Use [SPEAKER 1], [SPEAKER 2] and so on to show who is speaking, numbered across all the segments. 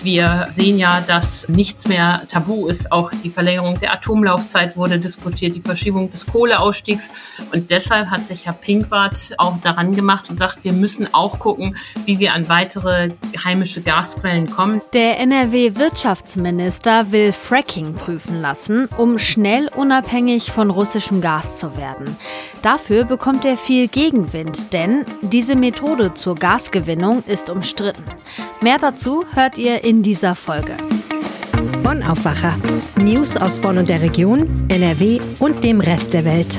[SPEAKER 1] Wir sehen ja, dass nichts mehr tabu ist. Auch die Verlängerung der Atomlaufzeit wurde diskutiert, die Verschiebung des Kohleausstiegs. Und deshalb hat sich Herr Pinkwart auch daran gemacht und sagt, wir müssen auch gucken, wie wir an weitere heimische Gasquellen kommen.
[SPEAKER 2] Der NRW-Wirtschaftsminister will Fracking prüfen lassen, um schnell unabhängig von russischem Gas zu werden. Dafür bekommt er viel Gegenwind, denn diese Methode zur Gasgewinnung ist umstritten. Mehr dazu hört ihr in dieser Folge.
[SPEAKER 3] Bonn Aufwacher. News aus Bonn und der Region, NRW und dem Rest der Welt.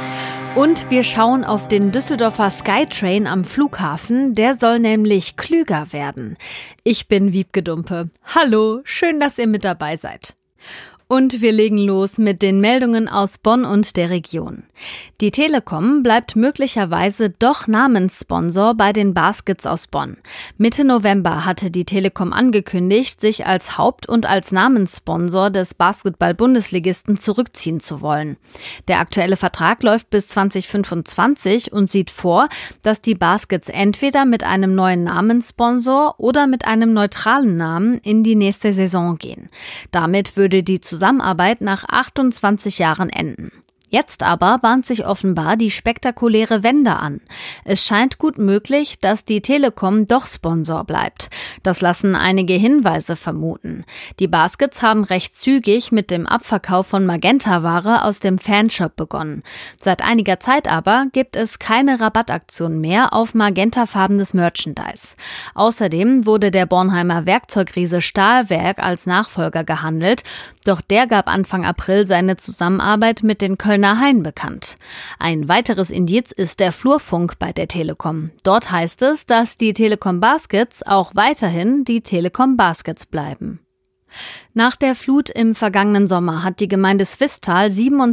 [SPEAKER 2] Und wir schauen auf den Düsseldorfer Skytrain am Flughafen. Der soll nämlich klüger werden. Ich bin Wiebke Dumpe. Hallo, schön, dass ihr mit dabei seid. Und wir legen los mit den Meldungen aus Bonn und der Region. Die Telekom bleibt möglicherweise doch Namenssponsor bei den Baskets aus Bonn. Mitte November hatte die Telekom angekündigt, sich als Haupt- und als Namenssponsor des Basketball-Bundesligisten zurückziehen zu wollen. Der aktuelle Vertrag läuft bis 2025 und sieht vor, dass die Baskets entweder mit einem neuen Namenssponsor oder mit einem neutralen Namen in die nächste Saison gehen. Damit würde die Zusammenarbeit nach 28 Jahren enden. Jetzt aber bahnt sich offenbar die spektakuläre Wende an. Es scheint gut möglich, dass die Telekom doch Sponsor bleibt. Das lassen einige Hinweise vermuten. Die Baskets haben recht zügig mit dem Abverkauf von Magenta-Ware aus dem Fanshop begonnen. Seit einiger Zeit aber gibt es keine Rabattaktion mehr auf magentafarbenes Merchandise. Außerdem wurde der Bornheimer Werkzeugriese Stahlwerk als Nachfolger gehandelt, doch der gab Anfang April seine Zusammenarbeit mit den Kölner Hain bekannt. Ein weiteres Indiz ist der Flurfunk bei der Telekom. Dort heißt es, dass die Telekom Baskets auch weiterhin die Telekom Baskets bleiben. Nach der Flut im vergangenen Sommer hat die Gemeinde Swisttal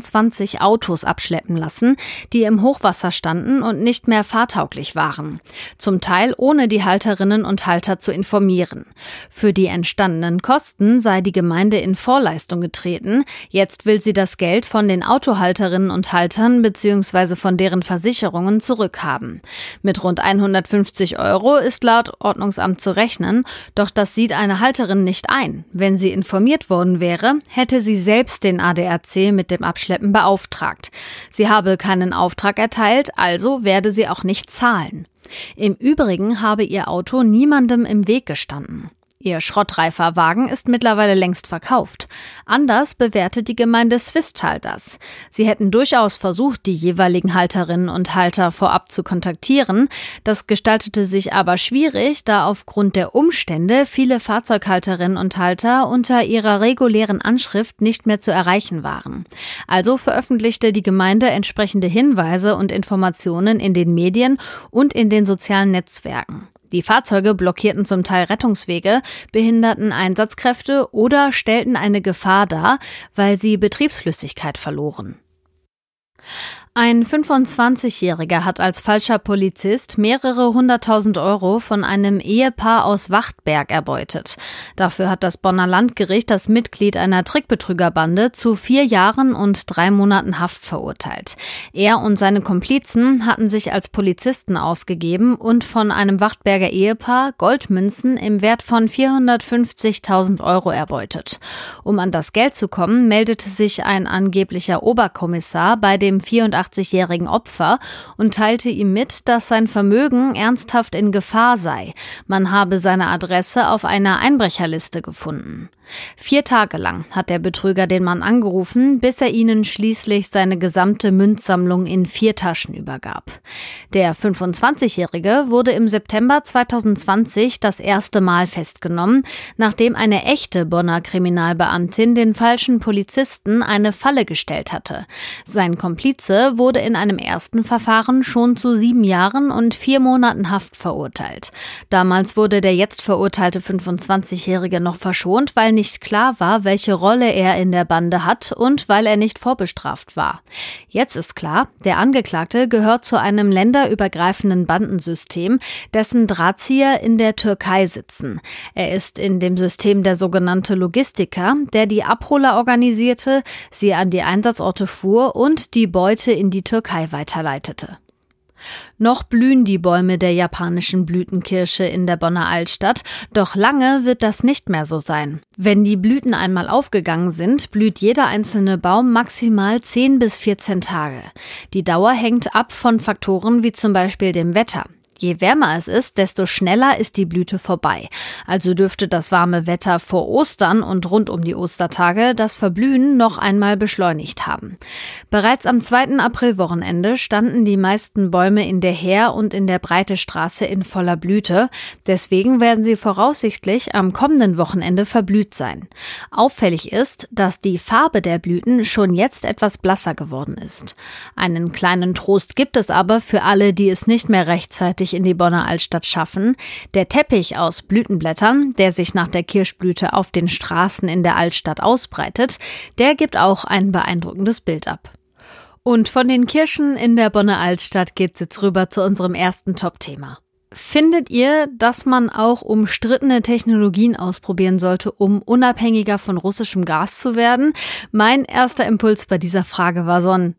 [SPEAKER 2] 27 Autos abschleppen lassen, die im Hochwasser standen und nicht mehr fahrtauglich waren. Zum Teil ohne die Halterinnen und Halter zu informieren. Für die entstandenen Kosten sei die Gemeinde in Vorleistung getreten. Jetzt will sie das Geld von den Autohalterinnen und Haltern bzw. von deren Versicherungen zurückhaben. Mit rund 150 € ist laut Ordnungsamt zu rechnen, doch das sieht eine Halterin nicht ein. Wenn sie informiert worden wäre, hätte sie selbst den ADAC mit dem Abschleppen beauftragt. Sie habe keinen Auftrag erteilt, also werde sie auch nicht zahlen. Im Übrigen habe ihr Auto niemandem im Weg gestanden. Ihr schrottreifer Wagen ist mittlerweile längst verkauft. Anders bewertet die Gemeinde Swisttal das. Sie hätten durchaus versucht, die jeweiligen Halterinnen und Halter vorab zu kontaktieren. Das gestaltete sich aber schwierig, da aufgrund der Umstände viele Fahrzeughalterinnen und Halter unter ihrer regulären Anschrift nicht mehr zu erreichen waren. Also veröffentlichte die Gemeinde entsprechende Hinweise und Informationen in den Medien und in den sozialen Netzwerken. Die Fahrzeuge blockierten zum Teil Rettungswege, behinderten Einsatzkräfte oder stellten eine Gefahr dar, weil sie Betriebsflüssigkeit verloren. Ein 25-Jähriger hat als falscher Polizist mehrere 100.000 € von einem Ehepaar aus Wachtberg erbeutet. Dafür hat das Bonner Landgericht das Mitglied einer Trickbetrügerbande zu 4 Jahren und 3 Monaten Haft verurteilt. Er und seine Komplizen hatten sich als Polizisten ausgegeben und von einem Wachtberger Ehepaar Goldmünzen im Wert von 450.000 € erbeutet. Um an das Geld zu kommen, meldete sich ein angeblicher Oberkommissar bei dem 84-jährigen Opfer und teilte ihm mit, dass sein Vermögen ernsthaft in Gefahr sei. Man habe seine Adresse auf einer Einbrecherliste gefunden. 4 Tage lang hat der Betrüger den Mann angerufen, bis er ihnen schließlich seine gesamte Münzsammlung in 4 Taschen übergab. Der 25-Jährige wurde im September 2020 das erste Mal festgenommen, nachdem eine echte Bonner Kriminalbeamtin den falschen Polizisten eine Falle gestellt hatte. Sein Komplize wurde in einem ersten Verfahren schon zu 7 Jahren und 4 Monaten Haft verurteilt. Damals wurde der jetzt verurteilte 25-Jährige noch verschont, weil nicht klar war, welche Rolle er in der Bande hat und weil er nicht vorbestraft war. Jetzt ist klar, der Angeklagte gehört zu einem länderübergreifenden Bandensystem, dessen Drahtzieher in der Türkei sitzen. Er ist in dem System der sogenannte Logistiker, der die Abholer organisierte, sie an die Einsatzorte fuhr und die Beute in die Türkei weiterleitete. Noch blühen die Bäume der japanischen Blütenkirsche in der Bonner Altstadt, doch lange wird das nicht mehr so sein. Wenn die Blüten einmal aufgegangen sind, blüht jeder einzelne Baum maximal 10 bis 14 Tage. Die Dauer hängt ab von Faktoren wie zum Beispiel dem Wetter. Je wärmer es ist, desto schneller ist die Blüte vorbei. Also dürfte das warme Wetter vor Ostern und rund um die Ostertage das Verblühen noch einmal beschleunigt haben. Bereits am 2. Aprilwochenende standen die meisten Bäume in der Heer- und in der Breitestraße in voller Blüte. Deswegen werden sie voraussichtlich am kommenden Wochenende verblüht sein. Auffällig ist, dass die Farbe der Blüten schon jetzt etwas blasser geworden ist. Einen kleinen Trost gibt es aber für alle, die es nicht mehr rechtzeitig in die Bonner Altstadt schaffen. Der Teppich aus Blütenblättern, der sich nach der Kirschblüte auf den Straßen in der Altstadt ausbreitet, der gibt auch ein beeindruckendes Bild ab. Und von den Kirschen in der Bonner Altstadt geht's jetzt rüber zu unserem ersten Top-Thema. Findet ihr, dass man auch umstrittene Technologien ausprobieren sollte, um unabhängiger von russischem Gas zu werden? Mein erster Impuls bei dieser Frage war so ein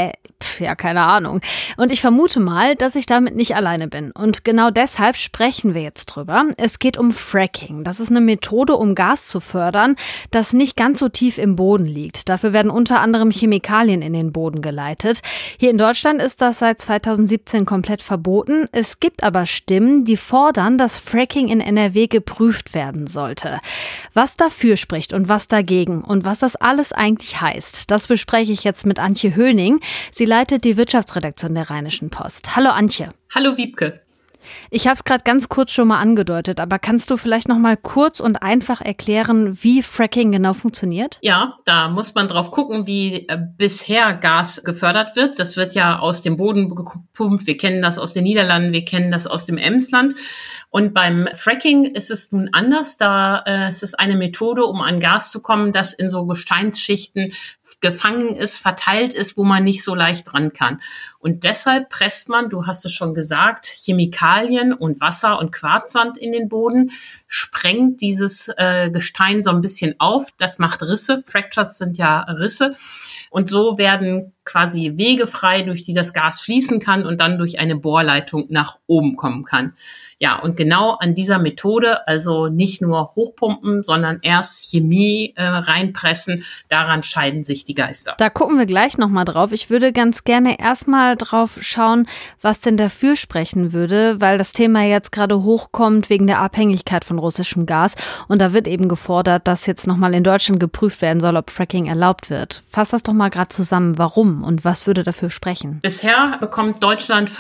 [SPEAKER 2] ja, keine Ahnung. Und ich vermute mal, dass ich damit nicht alleine bin. Und genau deshalb sprechen wir jetzt drüber. Es geht um Fracking. Das ist eine Methode, um Gas zu fördern, das nicht ganz so tief im Boden liegt. Dafür werden unter anderem Chemikalien in den Boden geleitet. Hier in Deutschland ist das seit 2017 komplett verboten. Es gibt aber Stimmen, die fordern, dass Fracking in NRW geprüft werden sollte. Was dafür spricht und was dagegen und was das alles eigentlich heißt, das bespreche ich jetzt mit Antje Höning. Sie leitet die Wirtschaftsredaktion der Rheinischen Post. Hallo Antje.
[SPEAKER 1] Hallo Wiebke.
[SPEAKER 2] Ich habe es gerade ganz kurz schon mal angedeutet, aber kannst du vielleicht noch mal kurz und einfach erklären, wie Fracking genau funktioniert?
[SPEAKER 1] Ja, da muss man drauf gucken, wie bisher Gas gefördert wird. Das wird ja aus dem Boden gepumpt. Wir kennen das aus den Niederlanden, wir kennen das aus dem Emsland. Und beim Fracking ist es nun anders. Es ist eine Methode, um an Gas zu kommen, das in so Gesteinsschichten gefangen ist, verteilt ist, wo man nicht so leicht ran kann. Und deshalb presst man, du hast es schon gesagt, Chemikalien und Wasser und Quarzsand in den Boden, sprengt dieses Gestein so ein bisschen auf. Das macht Risse. Fractures sind ja Risse. Und so werden quasi Wege frei, durch die das Gas fließen kann und dann durch eine Bohrleitung nach oben kommen kann. Ja, und genau an dieser Methode, also nicht nur hochpumpen, sondern erst Chemie reinpressen, daran scheiden sich die Geister.
[SPEAKER 2] Da gucken wir gleich nochmal drauf. Ich würde ganz gerne erstmal drauf schauen, was denn dafür sprechen würde, weil das Thema jetzt gerade hochkommt wegen der Abhängigkeit von russischem Gas. Und da wird eben gefordert, dass jetzt nochmal in Deutschland geprüft werden soll, ob Fracking erlaubt wird. Fass das doch mal gerade zusammen. Warum und was würde dafür sprechen?
[SPEAKER 1] Bisher bekommt Deutschland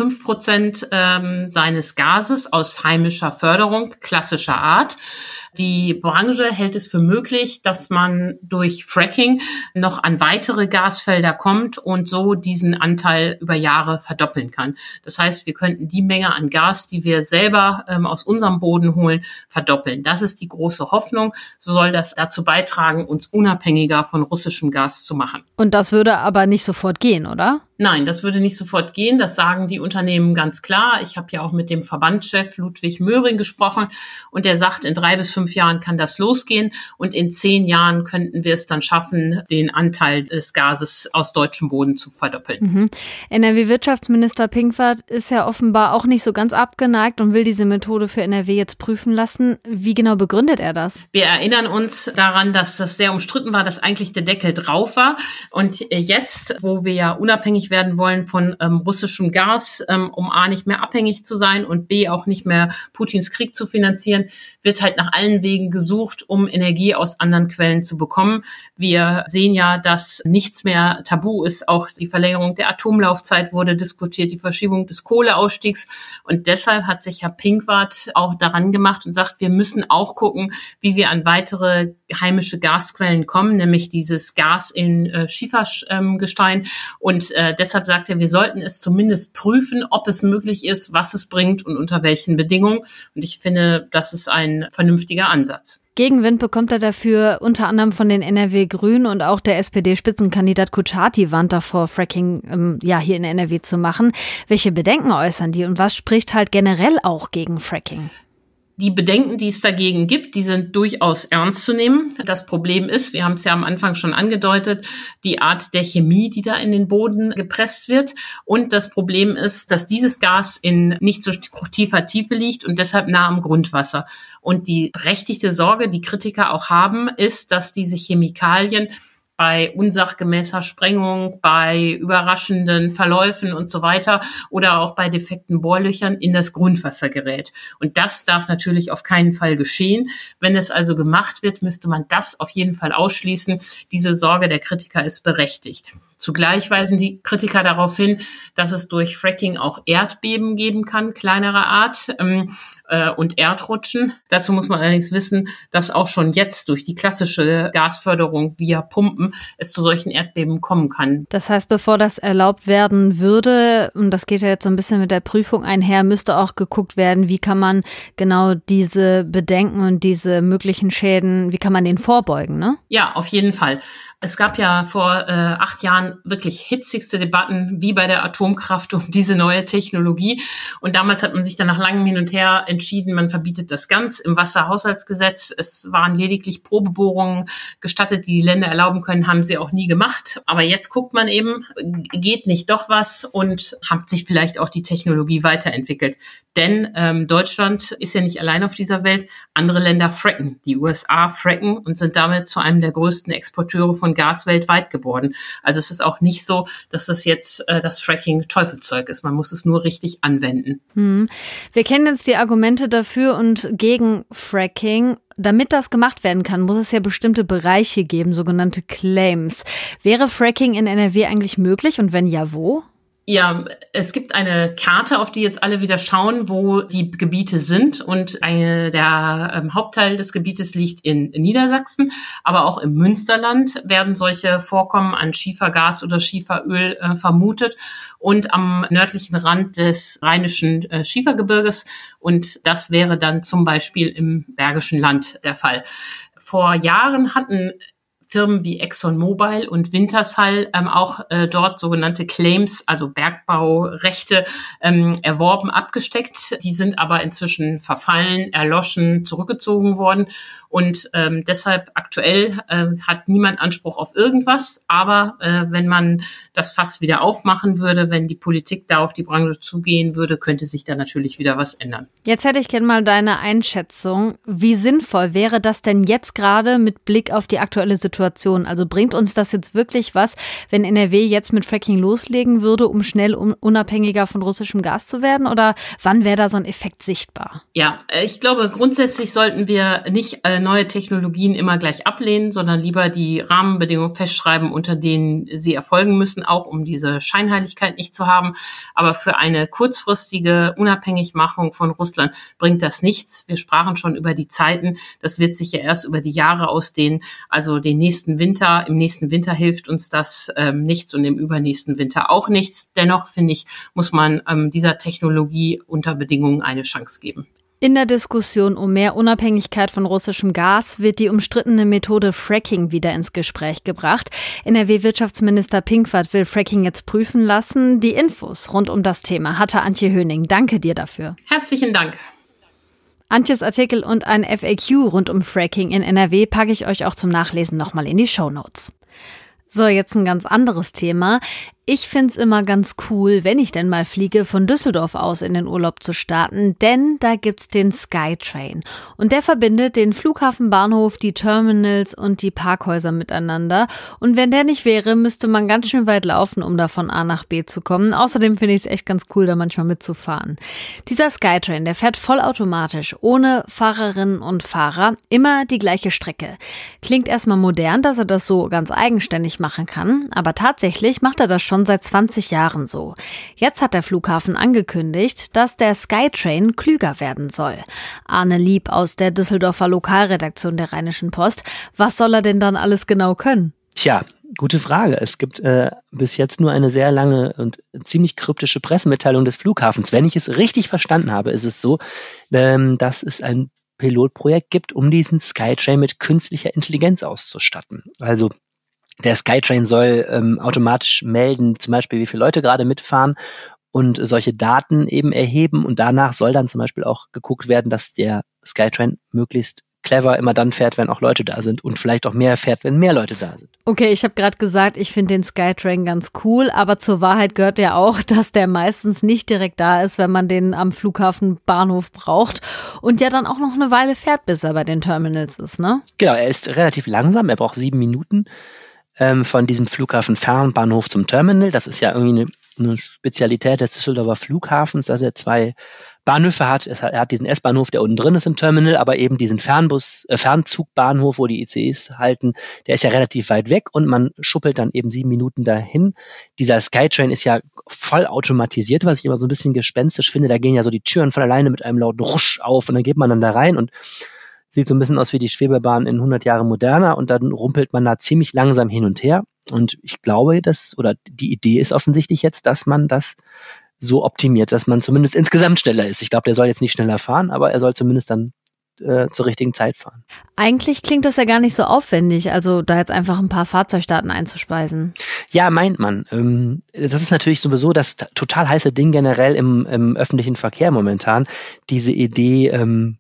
[SPEAKER 1] 5% seines Gases aus heimischer Förderung klassischer Art. Die Branche hält es für möglich, dass man durch Fracking noch an weitere Gasfelder kommt und so diesen Anteil über Jahre verdoppeln kann. Das heißt, wir könnten die Menge an Gas, die wir selber aus unserem Boden holen, verdoppeln. Das ist die große Hoffnung. So soll das dazu beitragen, uns unabhängiger von russischem Gas zu machen.
[SPEAKER 2] Und das würde aber nicht sofort gehen, oder?
[SPEAKER 1] Nein, das würde nicht sofort gehen. Das sagen die Unternehmen ganz klar. Ich habe ja auch mit dem Verbandschef Ludwig Möhring gesprochen und der sagt, in 3 bis 5 Jahren kann das losgehen und in 10 Jahren könnten wir es dann schaffen, den Anteil des Gases aus deutschem Boden zu verdoppeln.
[SPEAKER 2] NRW-Wirtschaftsminister Pinkwart ist ja offenbar auch nicht so ganz abgeneigt und will diese Methode für NRW jetzt prüfen lassen. Wie genau begründet er das?
[SPEAKER 1] Wir erinnern uns daran, dass das sehr umstritten war, dass eigentlich der Deckel drauf war. Und jetzt, wo wir ja unabhängig werden wollen von russischem Gas, um A, nicht mehr abhängig zu sein und B, auch nicht mehr Putins Krieg zu finanzieren, wird halt nach allen Wegen gesucht, um Energie aus anderen Quellen zu bekommen. Wir sehen ja, dass nichts mehr tabu ist. Auch die Verlängerung der Atomlaufzeit wurde diskutiert, die Verschiebung des Kohleausstiegs. Und deshalb hat sich Herr Pinkwart auch daran gemacht und sagt, wir müssen auch gucken, wie wir an weitere heimische Gasquellen kommen, nämlich dieses Gas in Schiefergestein. Und deshalb sagt er, wir sollten es zumindest prüfen, ob es möglich ist, was es bringt und unter welchen Bedingungen. Und ich finde, das ist ein vernünftiger Ansatz.
[SPEAKER 2] Gegenwind bekommt er dafür unter anderem von den NRW-Grünen und auch der SPD-Spitzenkandidat Kutschaty warnt davor, Fracking hier in NRW zu machen. Welche Bedenken äußern die und was spricht halt generell auch gegen Fracking?
[SPEAKER 1] Die Bedenken, die es dagegen gibt, die sind durchaus ernst zu nehmen. Das Problem ist, wir haben es ja am Anfang schon angedeutet, die Art der Chemie, die da in den Boden gepresst wird. Und das Problem ist, dass dieses Gas in nicht so tiefer Tiefe liegt und deshalb nah am Grundwasser. Und die berechtigte Sorge, die Kritiker auch haben, ist, dass diese Chemikalien bei unsachgemäßer Sprengung, bei überraschenden Verläufen und so weiter oder auch bei defekten Bohrlöchern in das Grundwasser gerät. Und das darf natürlich auf keinen Fall geschehen. Wenn es also gemacht wird, müsste man das auf jeden Fall ausschließen. Diese Sorge der Kritiker ist berechtigt. Zugleich weisen die Kritiker darauf hin, dass es durch Fracking auch Erdbeben geben kann, kleinerer Art, und Erdrutschen. Dazu muss man allerdings wissen, dass auch schon jetzt durch die klassische Gasförderung via Pumpen es zu solchen Erdbeben kommen kann.
[SPEAKER 2] Das heißt, bevor das erlaubt werden würde, und das geht ja jetzt so ein bisschen mit der Prüfung einher, müsste auch geguckt werden, wie kann man genau diese Bedenken und diese möglichen Schäden, wie kann man denen vorbeugen, ne?
[SPEAKER 1] Ja, auf jeden Fall. Es gab ja vor 8 Jahren wirklich hitzigste Debatten, wie bei der Atomkraft, um diese neue Technologie. Und damals hat man sich dann nach langem Hin und Her entschieden, man verbietet das ganz im Wasserhaushaltsgesetz. Es waren lediglich Probebohrungen gestattet, die Länder erlauben können, haben sie auch nie gemacht. Aber jetzt guckt man eben, geht nicht doch was und hat sich vielleicht auch die Technologie weiterentwickelt. Denn Deutschland ist ja nicht allein auf dieser Welt. Andere Länder fracken. Die USA fracken und sind damit zu einem der größten Exporteure von Gas weltweit geworden. Also es ist auch nicht so, dass das jetzt das Fracking Teufelszeug ist. Man muss es nur richtig anwenden.
[SPEAKER 2] Wir kennen jetzt die Argumente dafür und gegen Fracking. Damit das gemacht werden kann, muss es ja bestimmte Bereiche geben, sogenannte Claims. Wäre Fracking in NRW eigentlich möglich und wenn ja, wo?
[SPEAKER 1] Ja, es gibt eine Karte, auf die jetzt alle wieder schauen, wo die Gebiete sind. Und der Hauptteil des Gebietes liegt in Niedersachsen. Aber auch im Münsterland werden solche Vorkommen an Schiefergas oder Schieferöl vermutet. Und am nördlichen Rand des Rheinischen Schiefergebirges. Und das wäre dann zum Beispiel im Bergischen Land der Fall. Vor Jahren hatten Firmen wie ExxonMobil und Wintershall auch dort sogenannte Claims, also Bergbaurechte, erworben, abgesteckt. Die sind aber inzwischen verfallen, erloschen, zurückgezogen worden. Und deshalb aktuell hat niemand Anspruch auf irgendwas. Aber wenn man das Fass wieder aufmachen würde, wenn die Politik da auf die Branche zugehen würde, könnte sich da natürlich wieder was ändern.
[SPEAKER 2] Jetzt hätte ich gerne mal deine Einschätzung. Wie sinnvoll wäre das denn jetzt gerade mit Blick auf die aktuelle Situation? Also bringt uns das jetzt wirklich was, wenn NRW jetzt mit Fracking loslegen würde, um schnell unabhängiger von russischem Gas zu werden? Oder wann wäre da so ein Effekt sichtbar?
[SPEAKER 1] Ja, ich glaube, grundsätzlich sollten wir nicht neue Technologien immer gleich ablehnen, sondern lieber die Rahmenbedingungen festschreiben, unter denen sie erfolgen müssen, auch um diese Scheinheiligkeit nicht zu haben. Aber für eine kurzfristige Unabhängigmachung von Russland bringt das nichts. Wir sprachen schon über die Zeiten. Das wird sich ja erst über die Jahre ausdehnen. Also im nächsten Winter hilft uns das nichts und im übernächsten Winter auch nichts. Dennoch, finde ich, muss man dieser Technologie unter Bedingungen eine Chance geben.
[SPEAKER 2] In der Diskussion um mehr Unabhängigkeit von russischem Gas wird die umstrittene Methode Fracking wieder ins Gespräch gebracht. NRW-Wirtschaftsminister Pinkwart will Fracking jetzt prüfen lassen. Die Infos rund um das Thema hatte Antje Höning. Danke dir dafür.
[SPEAKER 1] Herzlichen Dank.
[SPEAKER 2] Antjes Artikel und ein FAQ rund um Fracking in NRW packe ich euch auch zum Nachlesen nochmal in die Shownotes. So, jetzt ein ganz anderes Thema. Ich find's immer ganz cool, wenn ich denn mal fliege, von Düsseldorf aus in den Urlaub zu starten, denn da gibt's den Skytrain. Und der verbindet den Flughafenbahnhof, die Terminals und die Parkhäuser miteinander. Und wenn der nicht wäre, müsste man ganz schön weit laufen, um da von A nach B zu kommen. Außerdem finde ich es echt ganz cool, da manchmal mitzufahren. Dieser Skytrain, der fährt vollautomatisch, ohne Fahrerinnen und Fahrer, immer die gleiche Strecke. Klingt erstmal modern, dass er das so ganz eigenständig machen kann, aber tatsächlich macht er das schon seit 20 Jahren so. Jetzt hat der Flughafen angekündigt, dass der Skytrain klüger werden soll. Arne Lieb aus der Düsseldorfer Lokalredaktion der Rheinischen Post. Was soll er denn dann alles genau können?
[SPEAKER 4] Tja, gute Frage. Es gibt bis jetzt nur eine sehr lange und ziemlich kryptische Pressemitteilung des Flughafens. Wenn ich es richtig verstanden habe, ist es so, dass es ein Pilotprojekt gibt, um diesen Skytrain mit künstlicher Intelligenz auszustatten. Also der Skytrain soll automatisch melden, zum Beispiel wie viele Leute gerade mitfahren und solche Daten eben erheben. Und danach soll dann zum Beispiel auch geguckt werden, dass der Skytrain möglichst clever immer dann fährt, wenn auch Leute da sind und vielleicht auch mehr fährt, wenn mehr Leute da sind.
[SPEAKER 2] Okay, ich habe gerade gesagt, ich finde den Skytrain ganz cool, aber zur Wahrheit gehört ja auch, dass der meistens nicht direkt da ist, wenn man den am Flughafenbahnhof braucht und ja dann auch noch eine Weile fährt, bis er bei den Terminals ist, ne?
[SPEAKER 4] Genau, er ist relativ langsam, er braucht 7 Minuten von diesem Flughafenfernbahnhof zum Terminal. Das ist ja irgendwie eine Spezialität des Düsseldorfer Flughafens, dass er 2 Bahnhöfe hat. Er hat diesen S-Bahnhof, der unten drin ist im Terminal, aber eben diesen Fernzugbahnhof, wo die ICEs halten, der ist ja relativ weit weg und man schuppelt dann eben 7 Minuten dahin. Dieser Skytrain ist ja voll automatisiert, was ich immer so ein bisschen gespenstisch finde. Da gehen ja so die Türen von alleine mit einem lauten Rusch auf und dann geht man dann da rein und sieht so ein bisschen aus wie die Schwebebahn in 100 Jahre moderner und dann rumpelt man da ziemlich langsam hin und her. Und ich glaube, die Idee ist offensichtlich jetzt, dass man das so optimiert, dass man zumindest insgesamt schneller ist. Ich glaube, der soll jetzt nicht schneller fahren, aber er soll zumindest dann zur richtigen Zeit fahren.
[SPEAKER 2] Eigentlich klingt das ja gar nicht so aufwendig, also da jetzt einfach ein paar Fahrzeugdaten einzuspeisen.
[SPEAKER 4] Ja, meint man. Das ist natürlich sowieso das total heiße Ding generell im öffentlichen Verkehr momentan. Diese Idee,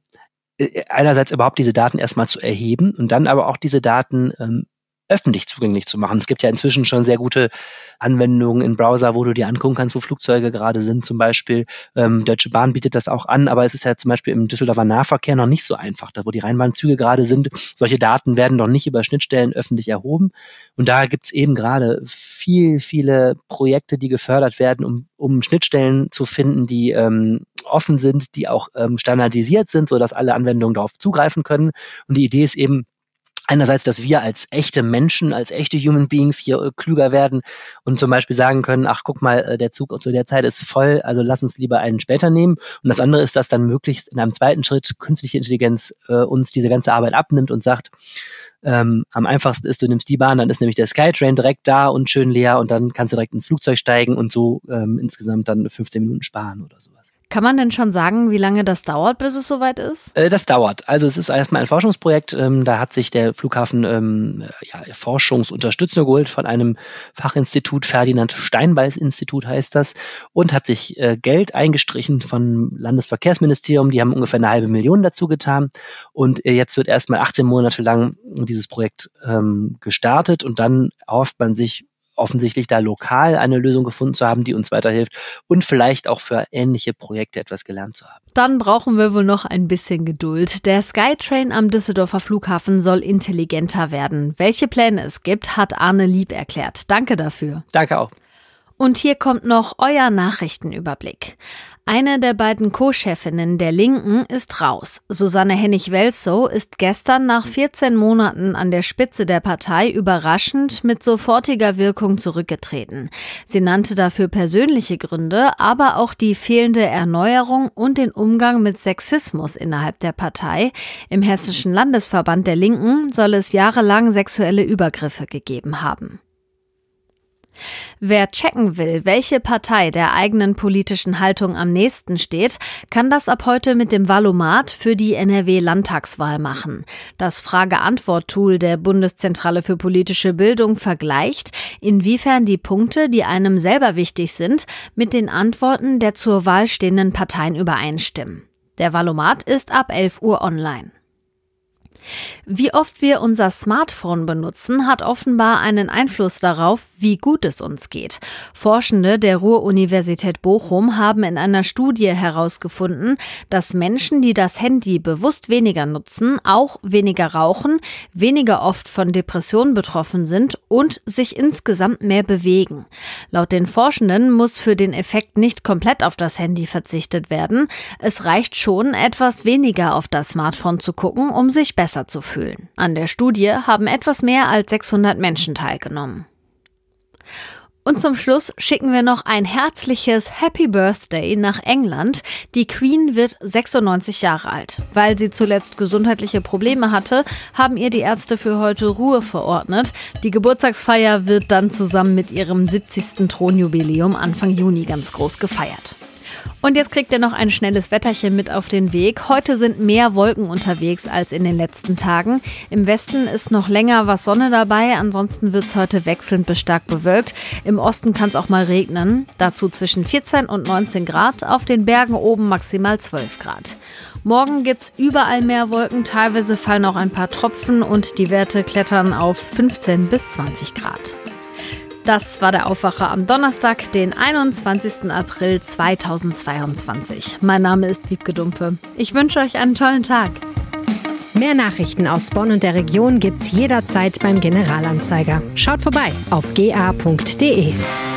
[SPEAKER 4] einerseits überhaupt diese Daten erstmal zu erheben und dann aber auch diese Daten öffentlich zugänglich zu machen. Es gibt ja inzwischen schon sehr gute Anwendungen in Browser, wo du dir angucken kannst, wo Flugzeuge gerade sind zum Beispiel. Deutsche Bahn bietet das auch an, aber es ist ja zum Beispiel im Düsseldorfer Nahverkehr noch nicht so einfach, da wo die Rheinbahnzüge gerade sind. Solche Daten werden noch nicht über Schnittstellen öffentlich erhoben. Und da gibt's eben gerade viele Projekte, die gefördert werden, um Schnittstellen zu finden, die offen sind, die auch standardisiert sind, sodass alle Anwendungen darauf zugreifen können. Und die Idee ist eben, einerseits, dass wir als echte Menschen, als echte Human Beings hier klüger werden und zum Beispiel sagen können, ach guck mal, der Zug zu der Zeit ist voll, also lass uns lieber einen später nehmen. Und das andere ist, dass dann möglichst in einem zweiten Schritt künstliche Intelligenz uns diese ganze Arbeit abnimmt und sagt, am einfachsten ist, du nimmst die Bahn, dann ist nämlich der Skytrain direkt da und schön leer und dann kannst du direkt ins Flugzeug steigen und so insgesamt dann 15 Minuten sparen oder sowas.
[SPEAKER 2] Kann man denn schon sagen, wie lange das dauert, bis es soweit ist?
[SPEAKER 4] Das dauert. Also es ist erstmal ein Forschungsprojekt. Da hat sich der Flughafen Forschungsunterstützung geholt von einem Fachinstitut, Ferdinand Steinbeis Institut heißt das, und hat sich Geld eingestrichen vom Landesverkehrsministerium. Die haben ungefähr 500.000 dazu getan. Und jetzt wird erstmal 18 Monate lang dieses Projekt gestartet und dann erhofft man sich offensichtlich da lokal eine Lösung gefunden zu haben, die uns weiterhilft und vielleicht auch für ähnliche Projekte etwas gelernt zu haben.
[SPEAKER 2] Dann brauchen wir wohl noch ein bisschen Geduld. Der Skytrain am Düsseldorfer Flughafen soll intelligenter werden. Welche Pläne es gibt, hat Arne Lieb erklärt. Danke dafür.
[SPEAKER 4] Danke auch.
[SPEAKER 2] Und hier kommt noch euer Nachrichtenüberblick. Eine der beiden Co-Chefinnen der Linken ist raus. Susanne Hennig-Welzow ist gestern nach 14 Monaten an der Spitze der Partei überraschend mit sofortiger Wirkung zurückgetreten. Sie nannte dafür persönliche Gründe, aber auch die fehlende Erneuerung und den Umgang mit Sexismus innerhalb der Partei. Im Hessischen Landesverband der Linken soll es jahrelang sexuelle Übergriffe gegeben haben. Wer checken will, welche Partei der eigenen politischen Haltung am nächsten steht, kann das ab heute mit dem Valomat für die NRW-Landtagswahl machen. Das Frage-Antwort-Tool der Bundeszentrale für politische Bildung vergleicht, inwiefern die Punkte, die einem selber wichtig sind, mit den Antworten der zur Wahl stehenden Parteien übereinstimmen. Der Valomat ist ab 11 Uhr online. Wie oft wir unser Smartphone benutzen, hat offenbar einen Einfluss darauf, wie gut es uns geht. Forschende der Ruhr-Universität Bochum haben in einer Studie herausgefunden, dass Menschen, die das Handy bewusst weniger nutzen, auch weniger rauchen, weniger oft von Depressionen betroffen sind und sich insgesamt mehr bewegen. Laut den Forschenden muss für den Effekt nicht komplett auf das Handy verzichtet werden. Es reicht schon, etwas weniger auf das Smartphone zu gucken, um sich besser zu fühlen. An der Studie haben etwas mehr als 600 Menschen teilgenommen. Und zum Schluss schicken wir noch ein herzliches Happy Birthday nach England. Die Queen wird 96 Jahre alt. Weil sie zuletzt gesundheitliche Probleme hatte, haben ihr die Ärzte für heute Ruhe verordnet. Die Geburtstagsfeier wird dann zusammen mit ihrem 70. Thronjubiläum Anfang Juni ganz groß gefeiert. Und jetzt kriegt ihr noch ein schnelles Wetterchen mit auf den Weg. Heute sind mehr Wolken unterwegs als in den letzten Tagen. Im Westen ist noch länger was Sonne dabei. Ansonsten wird es heute wechselnd bis stark bewölkt. Im Osten kann es auch mal regnen. Dazu zwischen 14 und 19 Grad. Auf den Bergen oben maximal 12 Grad. Morgen gibt es überall mehr Wolken. Teilweise fallen auch ein paar Tropfen und die Werte klettern auf 15 bis 20 Grad. Das war der Aufwacher am Donnerstag, den 21. April 2022. Mein Name ist Wiebke Dumpe. Ich wünsche euch einen tollen Tag.
[SPEAKER 3] Mehr Nachrichten aus Bonn und der Region gibt's jederzeit beim Generalanzeiger. Schaut vorbei auf ga.de.